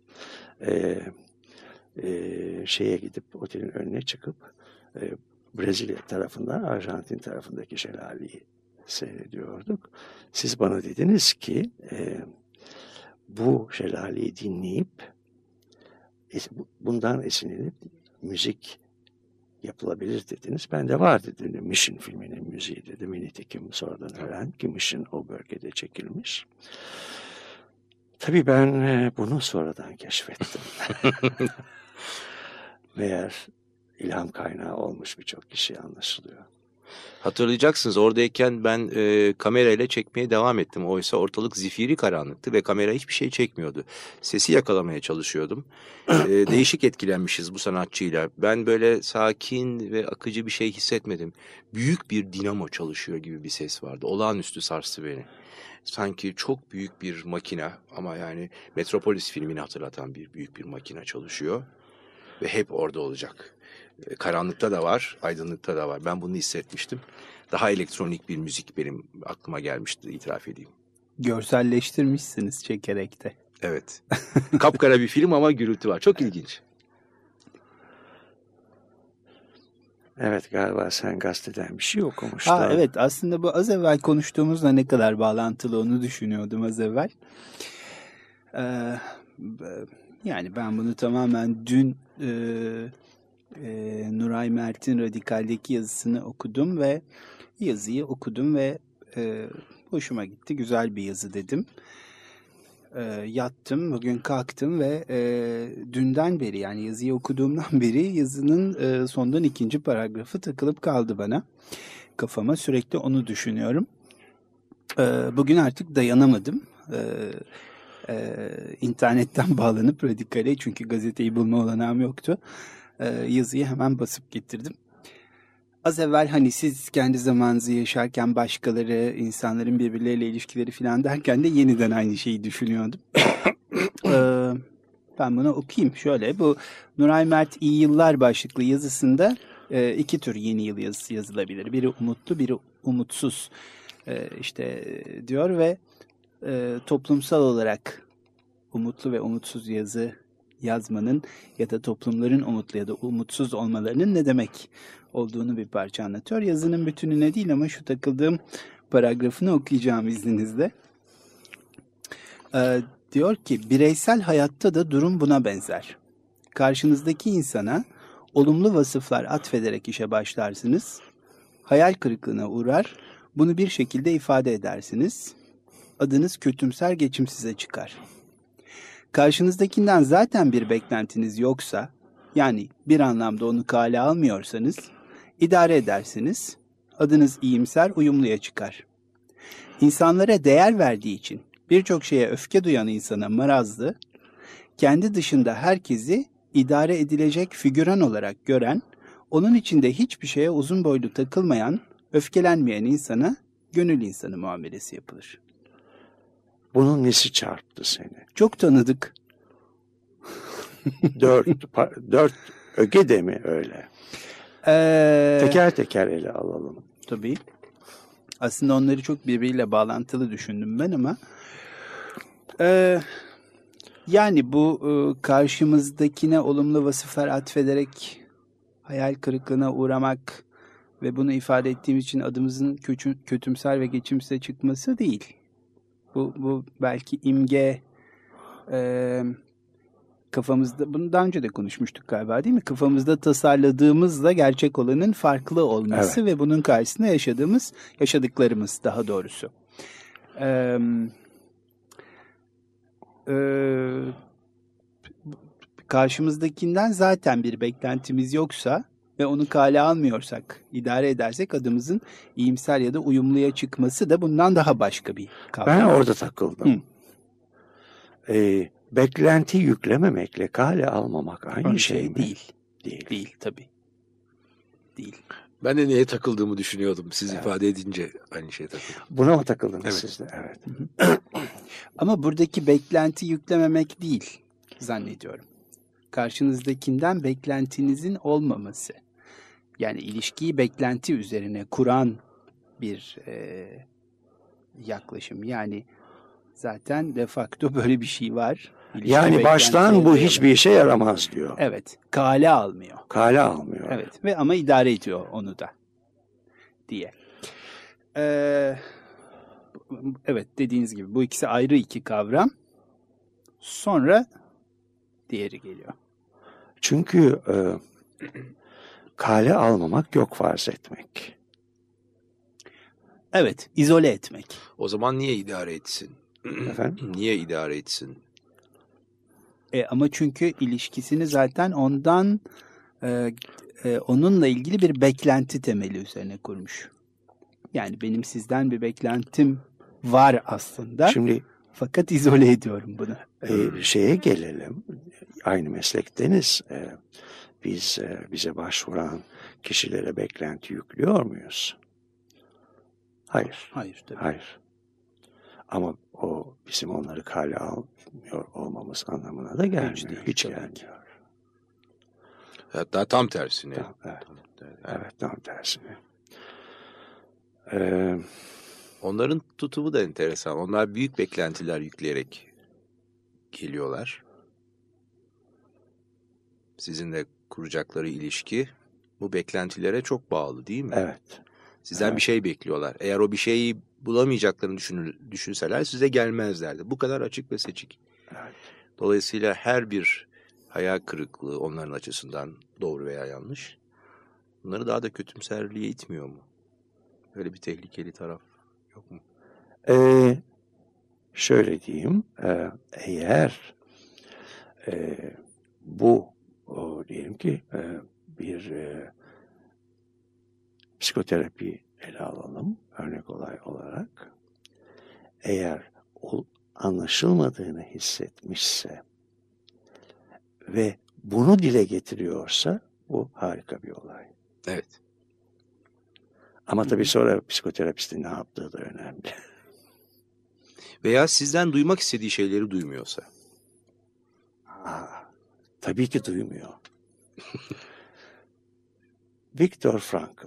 C: şeye gidip otelin önüne çıkıp Brezilya tarafından Arjantin tarafındaki şelaleyi seyrediyorduk. Siz bana dediniz ki bu şelaleyi dinleyip bundan esinlenip müzik yapılabilir dediniz. Ben de var dedim. Mission filminin müziği dedim. Nitekim sonradan öğren ki Mission o bölgede çekilmiş. Tabii ben bunu sonradan keşfettim. Meğer ilham kaynağı olmuş birçok kişi anlaşılıyor.
E: Hatırlayacaksınız, oradayken ben kamerayla çekmeye devam ettim. Oysa ortalık zifiri karanlıktı ve kamera hiçbir şey çekmiyordu. Sesi yakalamaya çalışıyordum. Değişik etkilenmişiz bu sanatçıyla. Ben böyle sakin ve akıcı bir şey hissetmedim. Büyük bir dinamo çalışıyor gibi bir ses vardı. Olağanüstü sarstı beni. Sanki çok büyük bir makine, ama yani Metropolis filmini hatırlatan büyük bir makine çalışıyor. Ve hep orada olacak. Karanlıkta da var, aydınlıkta da var. Ben bunu hissetmiştim. Daha elektronik bir müzik benim aklıma gelmişti, itiraf edeyim.
D: Görselleştirmişsiniz çekerek de.
E: Evet. Kapkara bir film ama gürültü var. Çok ilginç.
C: Evet, galiba sen gazeteden bir şey okumuştun.
D: Evet, aslında bu az evvel konuştuğumuzla ne kadar bağlantılı onu düşünüyordum az evvel. Yani ben bunu tamamen dün Nuray Mert'in Radikal'deki yazısını okudum ve hoşuma gitti. Güzel bir yazı dedim. Yattım, bugün kalktım ve dünden beri, yani yazıyı okuduğumdan beri yazının sondan 2. paragrafı takılıp kaldı bana. Kafama sürekli onu düşünüyorum. Bugün artık dayanamadım. İnternetten bağlanıp Radikal'e, çünkü gazeteyi bulma olanağım yoktu. Yazıyı hemen basıp getirdim. Az evvel hani siz kendi zamanınızı yaşarken başkaları, insanların birbirleriyle ilişkileri falan derken de yeniden aynı şeyi düşünüyordum. Ben bunu okuyayım. Şöyle, bu Nuray Mert İyi Yıllar başlıklı yazısında 2 tür yeni yıl yazısı yazılabilir. Biri umutlu, biri umutsuz diyor ve toplumsal olarak umutlu ve umutsuz yazı yazmanın ya da toplumların umutlu ya da umutsuz olmalarının ne demek olduğunu bir parça anlatıyor. Yazının bütününe değil ama şu takıldığım paragrafını okuyacağım izninizle. Diyor ki, bireysel hayatta da durum buna benzer. Karşınızdaki insana olumlu vasıflar atfederek işe başlarsınız. Hayal kırıklığına uğrar, bunu bir şekilde ifade edersiniz. Adınız kötümser, geçimsize çıkar. Karşınızdakinden zaten bir beklentiniz yoksa, yani bir anlamda onu kale almıyorsanız, idare edersiniz. Adınız iyimser, uyumluya çıkar. İnsanlara değer verdiği için birçok şeye öfke duyan insana marazlı, kendi dışında herkesi idare edilecek figüran olarak gören, onun içinde hiçbir şeye uzun boylu takılmayan, öfkelenmeyen insana gönül insanı muamelesi yapılır.
C: Bunun nesi çarptı seni?
D: Çok tanıdık.
C: 4 öge de mi öyle? Teker teker ele alalım.
D: Tabii. Aslında onları çok birbiriyle bağlantılı düşündüm ben ama yani bu karşımızdakine olumlu vasıflar atfederek hayal kırıklığına uğramak ve bunu ifade ettiğimiz için adımızın kötümser ve geçimsize çıkması değil. Bu belki imge, kafamızda, bunu daha önce de konuşmuştuk galiba, değil mi? Kafamızda tasarladığımızla gerçek olanın farklı olması, evet. Ve bunun karşısında yaşadıklarımız daha doğrusu. Karşımızdakinden zaten bir beklentimiz yoksa ve onu kale almıyorsak, idare edersek adımızın iyimser ya da uyumluya çıkması da bundan daha başka bir kavram.
C: Ben orada takıldım. Beklenti yüklememekle kale almamak aynı şey mi?
D: Değil. Değil tabii. Değil.
E: Ben de neye takıldığımı düşünüyordum. Siz ifade edince aynı şeye takıldım.
C: Buna mı takıldınız
E: evet.
C: Siz de? Evet.
D: Ama buradaki beklenti yüklememek değil zannediyorum. Karşınızdakinden beklentinizin olmaması. Yani ilişkiyi beklenti üzerine kuran bir yaklaşım. Yani zaten de facto böyle bir şey var. İlişki
C: Yani baştan bu
D: beklentiye
C: hiçbir işe yaramaz diyor.
D: Evet, kale almıyor.
C: Kale almıyor.
D: Evet ve ama idare ediyor onu da diye. Evet, dediğiniz gibi bu ikisi ayrı iki kavram. Sonra diğeri geliyor.
C: Çünkü kale almamak yok farz etmek.
D: Evet, izole etmek.
E: O zaman niye idare etsin?
C: Efendim?
E: Niye idare etsin?
D: Ama çünkü ilişkisini zaten ondan onunla ilgili bir beklenti temeli üzerine kurmuş. Yani benim sizden bir beklentim var aslında.
C: Şimdi
D: fakat izole ediyorum bunu.
C: Şeye gelelim. Aynı meslekteniz. Biz bize başvuran kişilere beklenti yüklüyor muyuz? Hayır.
D: Hayır tabii.
C: Hayır. Ama o bizim onları kale almıyor olmamız anlamına da gelmiyor. Hiç gelmiyor.
E: Hatta tam tersine.
C: Evet, tam tersine.
E: Onların tutumu da enteresan. Onlar büyük beklentiler yükleyerek geliyorlar. Sizinle kuracakları ilişki bu beklentilere çok bağlı değil mi?
C: Evet.
E: Sizden bir şey bekliyorlar. Eğer o bir şeyi bulamayacaklarını düşünseler size gelmezlerdi. Bu kadar açık ve seçik.
C: Evet.
E: Dolayısıyla her bir hayal kırıklığı onların açısından doğru veya yanlış bunları daha da kötümserliğe itmiyor mu? Böyle bir tehlikeli taraf yok mu?
C: Şöyle diyeyim, eğer bu diyelim ki bir psikoterapi ele alalım örnek olarak. Eğer anlaşılmadığını hissetmişse ve bunu dile getiriyorsa bu harika bir olay.
E: Evet.
C: Ama tabii sonra psikoterapistin ne yaptığı da önemli.
E: Veya sizden duymak istediği şeyleri duymuyorsa.
C: Tabii ki duymuyor. Viktor Frankl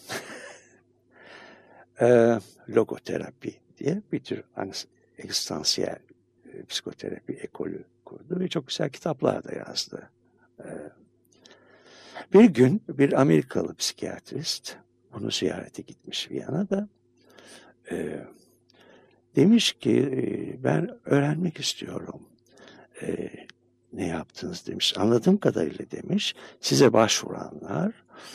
C: logoterapi diye bir tür ekstansiyel psikoterapi ekolü kurdu ve çok güzel kitaplar da yazdı. Bir gün bir Amerikalı psikiyatrist bunu ziyarete gitmiş Viyana'da. Demiş ki ben öğrenmek istiyorum. Ne yaptınız demiş. Anladığım kadarıyla demiş size başvuranlar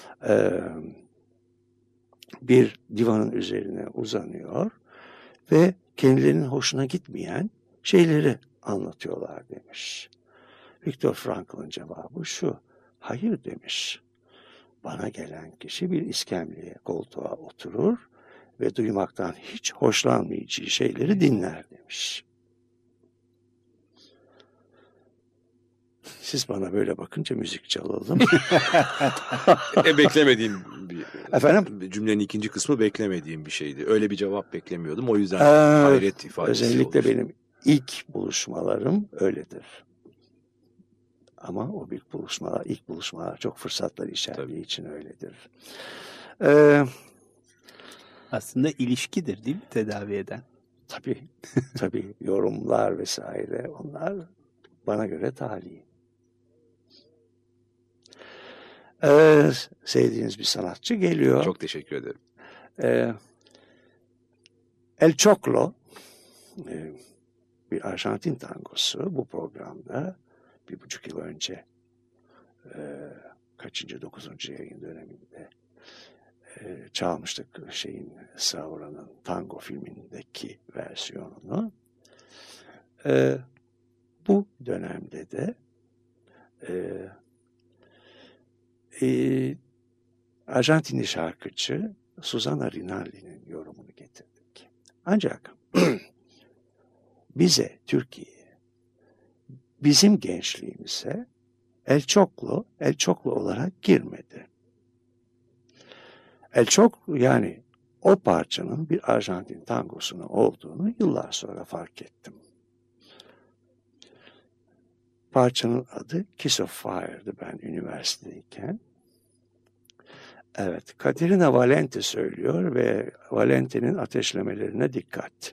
C: bir divanın üzerine uzanıyor ve kendilerinin hoşuna gitmeyen şeyleri anlatıyorlar demiş. Viktor Frankl'ın cevabı şu. Hayır demiş. Bana gelen kişi bir iskemleye, koltuğa oturur ve duymaktan hiç hoşlanmayacağı şeyleri dinler demiş. Siz bana böyle bakınca müzik çalalım.
E: Beklemediğim bir
C: Efendim?
E: Cümlenin ikinci kısmı beklemediğim bir şeydi. Öyle bir cevap beklemiyordum. O yüzden hayret ifadesi
C: özellikle
E: oluştu.
C: benim ilk buluşmalarım öyledir. Ama o ilk buluşmalar çok fırsatlar içerdiği için öyledir.
D: Aslında ilişkidir değil mi tedavi eden?
C: Tabii yorumlar vesaire onlar bana göre tali. Sevdiğiniz bir sanatçı geliyor.
E: Çok teşekkür ederim.
C: El Choclo bir Arjantin tangosu bu programda 1,5 yıl önce kaçıncı 9. yayın döneminde çalmıştık Saura'nın tango filmindeki versiyonunu. Bu dönemde de Arjantinli şarkıcı Susana Rinaldi'nin yorumunu getirdik. Ancak bize, Türkiye'ye, bizim gençliğimize El Choclo olarak girmedi. El Choclo yani o parçanın bir Arjantin tangosunu olduğunu yıllar sonra fark ettim. Parçanın adı Kiss of Fire'dı ben üniversitedeyken. Evet, Caterina Valente söylüyor ve Valente'nin ateşlemelerine dikkat.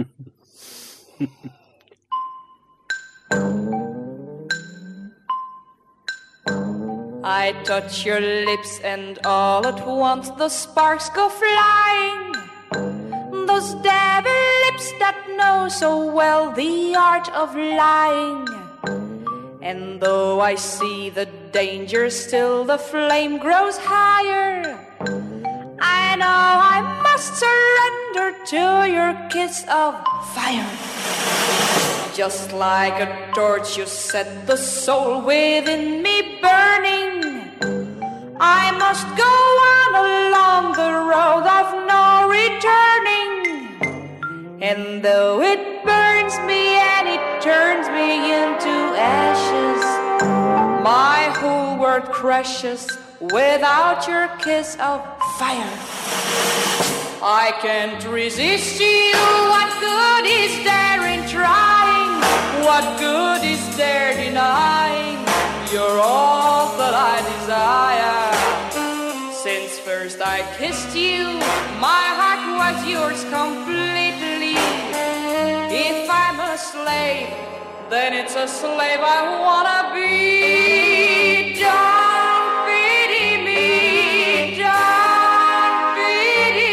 F: I touch your lips and all at once the sparks go flying. Those devil lips that know so well the art of lying. And though I see the danger, still the flame grows higher. I know I must surrender to your kiss of fire. Just like a torch you set the soul within me burning. I must go on along the road of no returning. And though it burns me and it turns me into ashes, my whole world crashes without your kiss of fire. I can't resist you. What good is there in trying? What good is there denying? You're all that I desire. Since first I kissed you, my heart was yours completely. If I'm a slave, then it's a slave I wanna be. Don't pity me, don't pity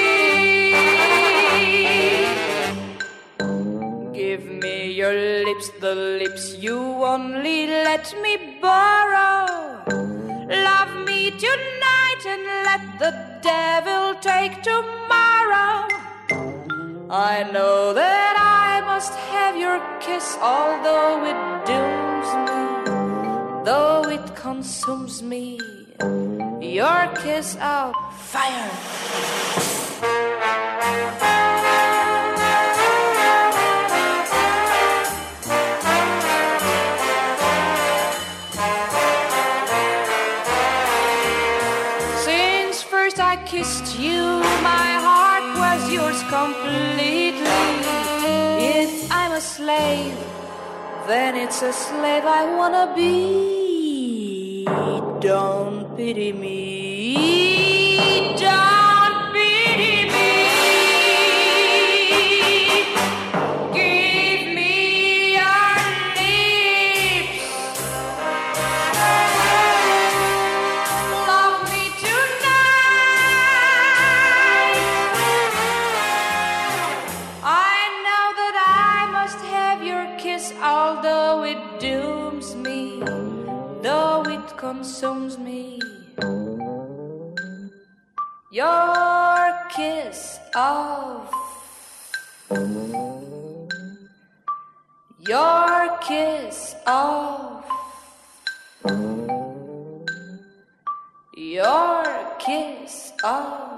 F: me. Give me your lips, the lips you only let me borrow. Love me tonight and let the devil take tomorrow. I know that I must have your kiss, although it dooms me, though it consumes me. Your kiss of fire. Since first I kissed you, my heart was yours completely. If I'm a slave, then it's a slave I wanna be. Don't pity me, don't pity me. Give me your lips. Love me tonight. I know that I must have your kiss, although it dooms me, though it consumes me. Your kiss of, your kiss of, your kiss of.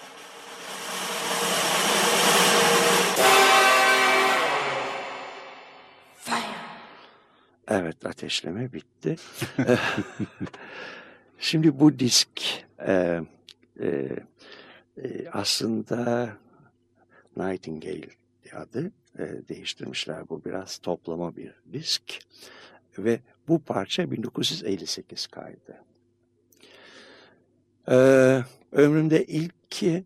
C: Evet, ateşleme bitti. Şimdi bu disk aslında Nightingale adı, değiştirmişler. Bu biraz toplama bir disk ve bu parça 1958 kaydı. Ömrümde ilk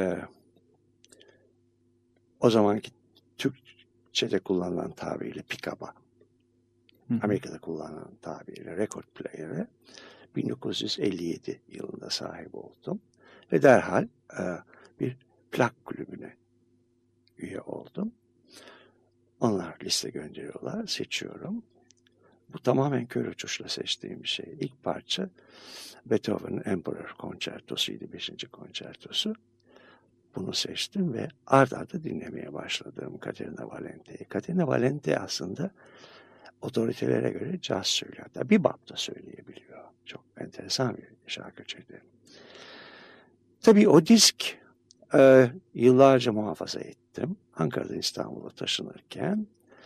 C: o zamanki Türkçe'de kullanılan tabiriyle pick-up'a, Amerika'da kullanılan tabiriyle record player'e 1957 yılında sahip oldum. Ve derhal bir plak kulübüne üye oldum. Onlar liste gönderiyorlar, seçiyorum. Bu tamamen kör uçuşla seçtiğim bir şey. İlk parça Beethoven'ın Emperor konçertosuydu, 5. konçertosu. Bunu seçtim ve ard arda dinlemeye başladım Caterina Valente'yi. Caterina Valente aslında otoritelere göre caz söylüyor. Hatta bebop da söyleyebiliyor. Çok enteresan bir şarkıcıydı. Tabii o disk yıllarca muhafaza ettim. Ankara'dan İstanbul'a taşınırken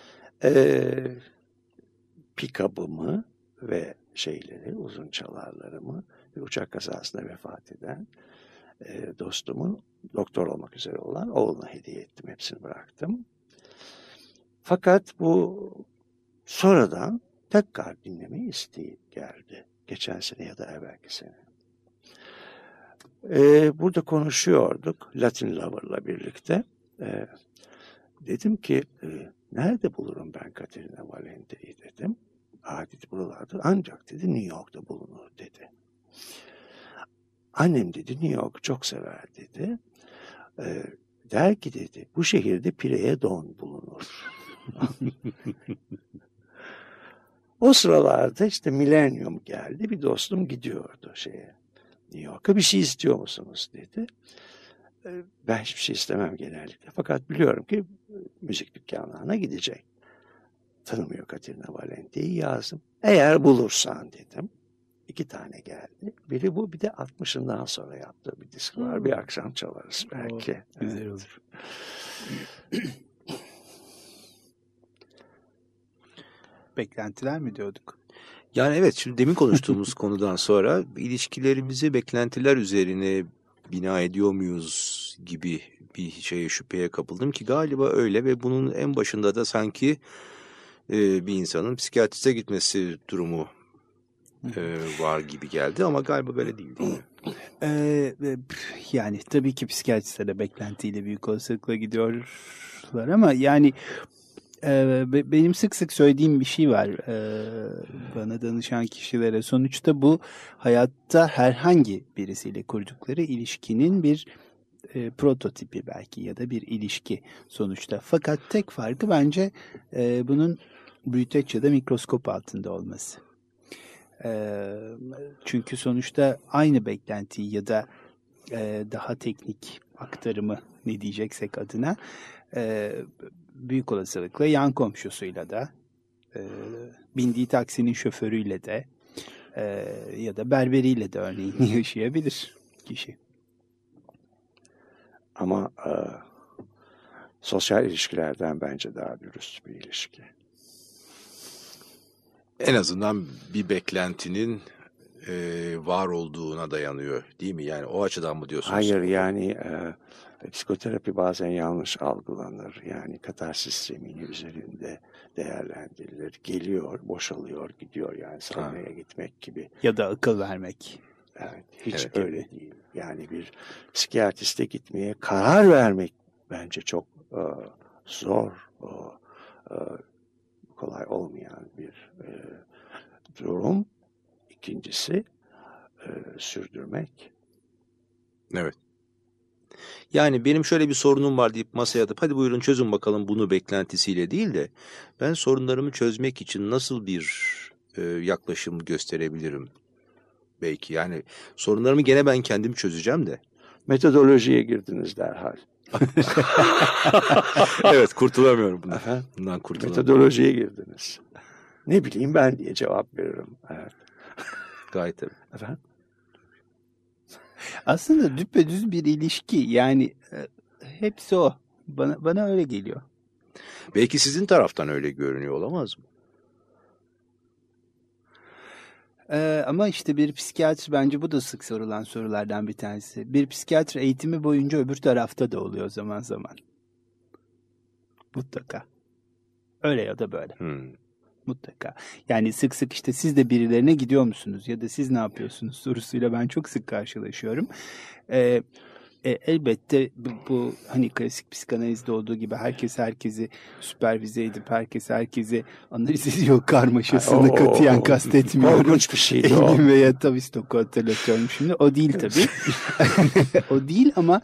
C: pick-up'ımı ve uzun çalarlarımı ve uçak kazasında vefat eden dostumun doktor olmak üzere olan oğluna hediye ettim. Hepsini bıraktım. Fakat bu sonradan tekrar dinleme isteği geldi. Geçen sene ya da evvelki sene. Burada konuşuyorduk Latin Lover'la birlikte. Dedim ki nerede bulurum ben Caterina Valente'yi dedim. Dedi buralarda ancak dedi New York'ta bulunur dedi. Annem dedi New York'u çok sever dedi. Der ki dedi bu şehirde Pireye don bulunur. O sıralarda işte Millennium geldi. Bir dostum gidiyordu New York'a. Bir şey istiyor musunuz dedi. Ben hiçbir şey istemem genellikle. Fakat biliyorum ki müzik dükkanlarına gidecek. Tanımıyor Caterina Valente'yi yazdım. Eğer bulursan dedim. 2 tane geldi. Biri bu bir de 60'ından sonra yaptığı bir disk var. Bir akşam çalarız belki.
D: Güzel olur. Beklentiler mi diyorduk?
E: Yani evet, şimdi demin konuştuğumuz konudan sonra ilişkilerimizi beklentiler üzerine bina ediyor muyuz gibi bir şüpheye kapıldım ki galiba öyle ve bunun en başında da sanki bir insanın psikiyatriste gitmesi durumu var gibi geldi ama galiba böyle değil mi?
D: Yani tabii ki psikiyatriste de beklentiyle büyük olasılıkla gidiyorlar ama yani benim sık sık söylediğim bir şey var bana danışan kişilere. Sonuçta bu hayatta herhangi birisiyle kurdukları ilişkinin bir prototipi belki ya da bir ilişki sonuçta. Fakat tek farkı bence bunun büyüteç ya da mikroskop altında olması. Çünkü sonuçta aynı beklentiyi ya da daha teknik aktarımı ne diyeceksek adına büyük olasılıkla yan komşusuyla da bindiği taksinin şoförüyle de ya da berberiyle de örneğin yaşayabilir kişi.
C: Ama sosyal ilişkilerden bence daha dürüst bir ilişki.
E: En azından bir beklentinin var olduğuna dayanıyor değil mi? Yani o açıdan mı diyorsunuz?
C: Hayır yani psikoterapi bazen yanlış algılanır. Yani katarsis zemini üzerinde değerlendirilir. Geliyor, boşalıyor, gidiyor yani sahneye gitmek gibi.
D: Ya da akıl vermek.
C: Evet, hiç
E: evet,
C: öyle değil. Yani bir psikiyatriste gitmeye karar vermek bence çok zor, kolay olmayan bir durum. İkincisi sürdürmek.
E: Evet. Yani benim şöyle bir sorunum var deyip masaya atıp hadi buyurun çözün bakalım bunu beklentisiyle değil de ben sorunlarımı çözmek için nasıl bir yaklaşım gösterebilirim? Belki yani sorunlarımı gene ben kendim çözeceğim de.
C: Metodolojiye girdiniz derhal.
E: Evet, kurtulamıyorum bundan kurtulamıyorum.
C: Metodolojiye girdiniz. Ne bileyim ben diye cevap veririm. Evet.
E: Gayet tabii.
C: Efendim?
D: Aslında düpedüz bir ilişki. Yani hepsi o. Bana öyle geliyor.
E: Belki sizin taraftan öyle görünüyor olamaz mı?
D: Ama işte bir psikiyatr bence bu da sık sorulan sorulardan bir tanesi. Bir psikiyatr eğitimi boyunca öbür tarafta da oluyor zaman zaman. Mutlaka. Öyle ya da böyle. Mutlaka. Yani sık sık işte siz de birilerine gidiyor musunuz ya da siz ne yapıyorsunuz sorusuyla ben çok sık karşılaşıyorum. Elbette bu hani klasik psikanalizde olduğu gibi herkes herkesi süpervize edip herkes herkesi analiz ediyor karmaşasını katiyen kastetmiyorum.
C: Korkunç bir şeydi o.
D: Engin ve Yatavistoku hatırlatıyorum şimdi. O değil tabii. O değil ama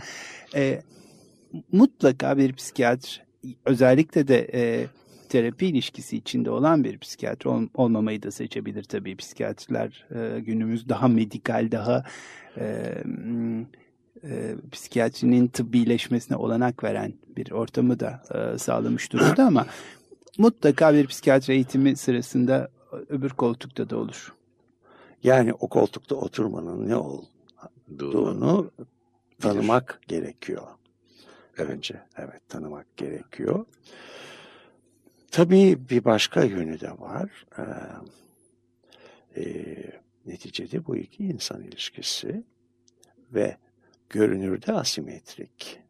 D: mutlaka bir psikiyatr özellikle de terapi ilişkisi içinde olan bir psikiyatr olmamayı da seçebilir tabii. Psikiyatrlar günümüz daha medikal, daha psikiyatrinin tıbbileşmesine olanak veren bir ortamı da sağlamış durumda ama mutlaka bir psikiyatri eğitimi sırasında öbür koltukta da olur.
C: Yani o koltukta oturmanın ne olduğunu tanımak gerekiyor. Bence evet tanımak gerekiyor. Tabii bir başka yönü de var. Neticede bu iki insan ilişkisi ve görünürde asimetrik.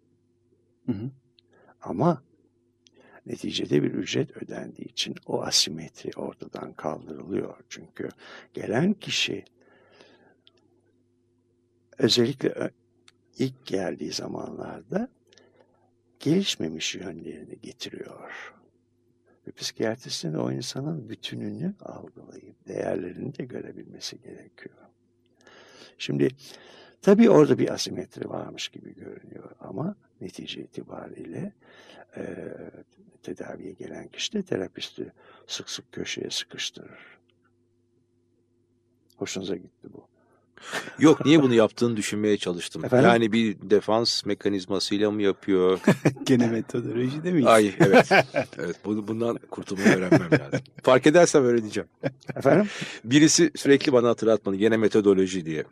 C: Ama neticede bir ücret ödendiği için o asimetri ortadan kaldırılıyor. Çünkü gelen kişi özellikle ilk geldiği zamanlarda gelişmemiş yönlerini getiriyor. Ve psikiyatristlerin o insanın bütününü algılayıp değerlerini de görebilmesi gerekiyor. Şimdi tabii orada bir asimetri varmış gibi görünüyor ama netice itibariyle tedaviye gelen kişi de terapisti sık sık köşeye sıkıştırır. Hoşunuza gitti bu.
E: Yok, niye bunu yaptığını düşünmeye çalıştım.
C: Efendim?
E: Yani bir defans mekanizmasıyla mı yapıyor?
D: Gene metodoloji değil mi?
E: Ay evet. Evet, bundan kurtulmayı öğrenmem lazım. Fark edersem öğreneceğim.
C: Efendim?
E: Birisi sürekli bana hatırlatmalı. Gene metodoloji diye.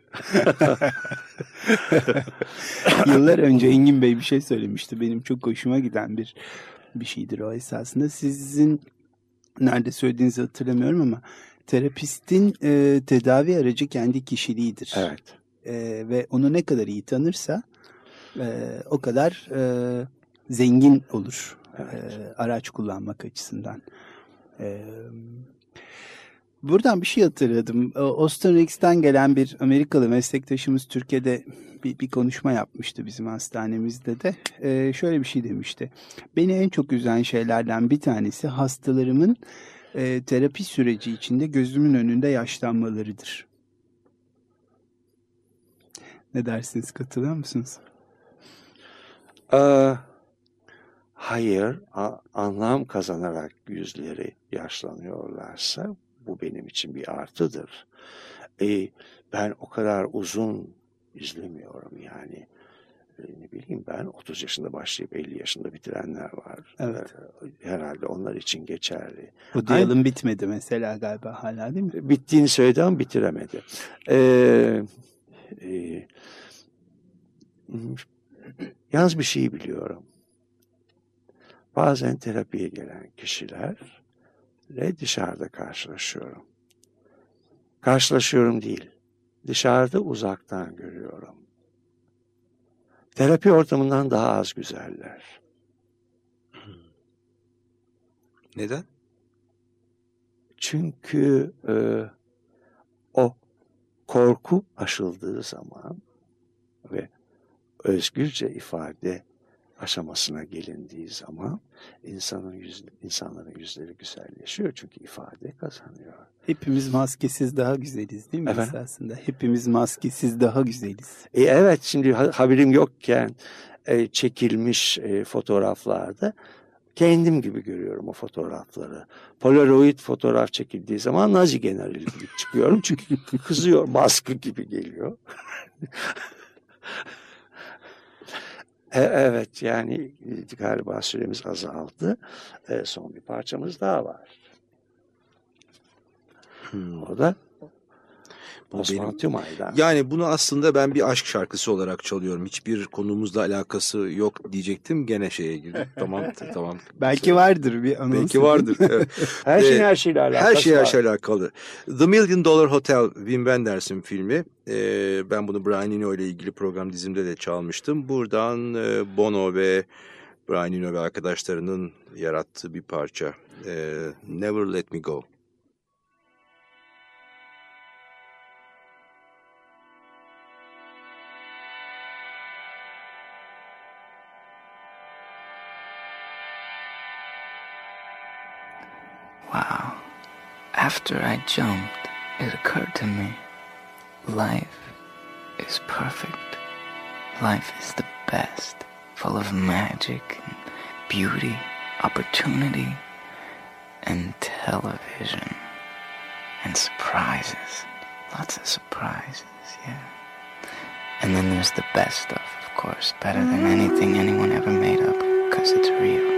D: Yıllar önce Engin Bey bir şey söylemişti. Benim çok hoşuma giden bir şeydir o esasında. Sizin nerede söylediğinizi hatırlamıyorum ama terapistin tedavi aracı kendi kişiliğidir.
C: Evet.
D: Ve onu ne kadar iyi tanırsa o kadar zengin olur.
C: Evet.
D: Araç kullanmak açısından. Buradan bir şey hatırladım. Austin Rix'ten gelen bir Amerikalı meslektaşımız Türkiye'de bir konuşma yapmıştı bizim hastanemizde de. Şöyle bir şey demişti. Beni en çok üzen şeylerden bir tanesi hastalarımın terapi süreci içinde gözümün önünde yaşlanmalarıdır. Ne dersiniz? Katılıyor musunuz?
C: Hayır, anlam kazanarak yüzleri yaşlanıyorlarsa bu benim için bir artıdır. Ben o kadar uzun izlemiyorum yani. Ne bileyim, ben 30 yaşında başlayıp 50 yaşında bitirenler var.
D: Evet.
C: Herhalde onlar için geçerli.
D: Bu diyalım bitmedi mesela galiba hala, değil mi?
C: Bittiğini söyledi ama bitiremedi. Yalnız bir şey biliyorum. Bazen terapiye gelen kişilerle dışarıda karşılaşıyorum. Karşılaşıyorum değil, dışarıda uzaktan görüyorum. Terapi ortamından daha az güzeller.
E: Neden?
C: Çünkü o korku aşıldığı zaman ve özgürce ifade aşamasına gelindiği zaman insanların yüzleri güzelleşiyor. Çünkü ifade kazanıyor.
D: Hepimiz maskesiz daha güzeliz, değil mi esasında? Hepimiz maskesiz daha güzeliz.
C: Evet, şimdi haberim yokken çekilmiş fotoğraflarda kendim gibi görüyorum o fotoğrafları. Polaroid fotoğraf çekildiği zaman Nazi generali gibi çıkıyorum. Çünkü kızıyor, baskı gibi geliyor. Evet, yani galiba süremiz azaldı. Son bir parçamız daha var. O da Osman Tümay'dan.
E: Yani bunu aslında ben bir aşk şarkısı olarak çalıyorum. Hiçbir konumuzla alakası yok diyecektim. Gene şeye girdim. Tamam.
D: Belki vardır bir anons.
E: Belki vardır. Evet.
C: Her şeyle alakası
E: her şeyle alakalı. The $1 Million Hotel, Wim Wenders'in filmi. Ben bunu Brian Eno ile ilgili program dizimde de çalmıştım. Buradan Bono ve Brian Eno ve arkadaşlarının yarattığı bir parça. Never Let Me Go.
G: Wow. After I jumped, it occurred to me, life is perfect. Life is the best, full of magic and beauty, opportunity, and television, and surprises. Lots of surprises, yeah. And then there's the best stuff, of course, better than anything anyone ever made up, because it's real.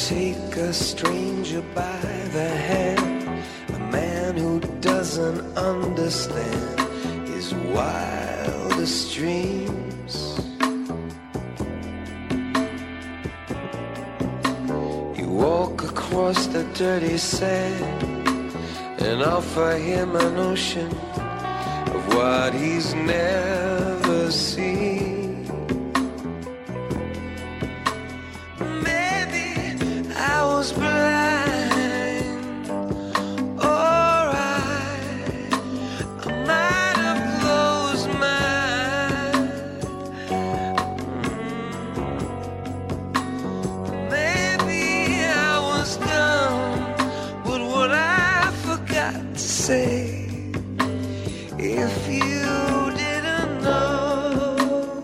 H: take a stranger by the hand, a man who doesn't understand his wildest dreams. You walk across the dirty sand and offer him an ocean of what he's never seen. Was blind, or I might have closed my eyes. Maybe I was dumb, but what I forgot to say, if you didn't know,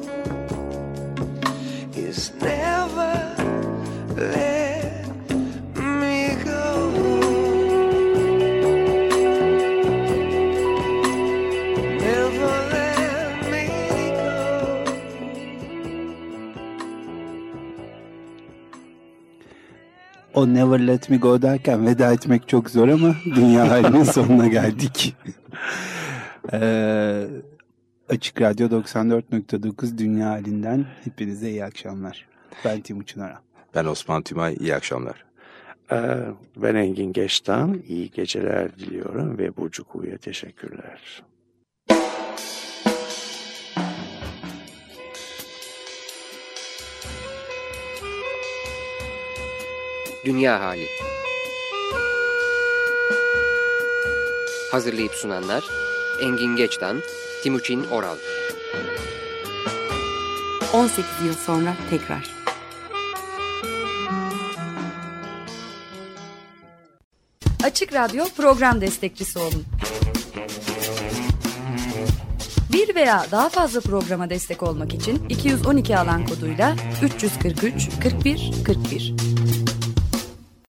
H: is never let
D: O Never Let Me Go derken veda etmek çok zor ama dünya halinin sonuna geldik. Açık Radyo 94.9 Dünya Halinden hepinize iyi akşamlar. Ben Timuçin Oral.
E: Ben Osman Tümay, iyi akşamlar.
C: Ben Engin Geçtan, iyi geceler diliyorum ve Burcu Kuğu'ya teşekkürler.
A: Dünya Hali. Hazırlayıp sunanlar Engin Geçtan, Timuçin Oral.
B: 18 yıl sonra tekrar.
I: Açık Radyo program destekçisi olun. Bir veya daha fazla programa destek olmak için 212 alan koduyla 343 41 41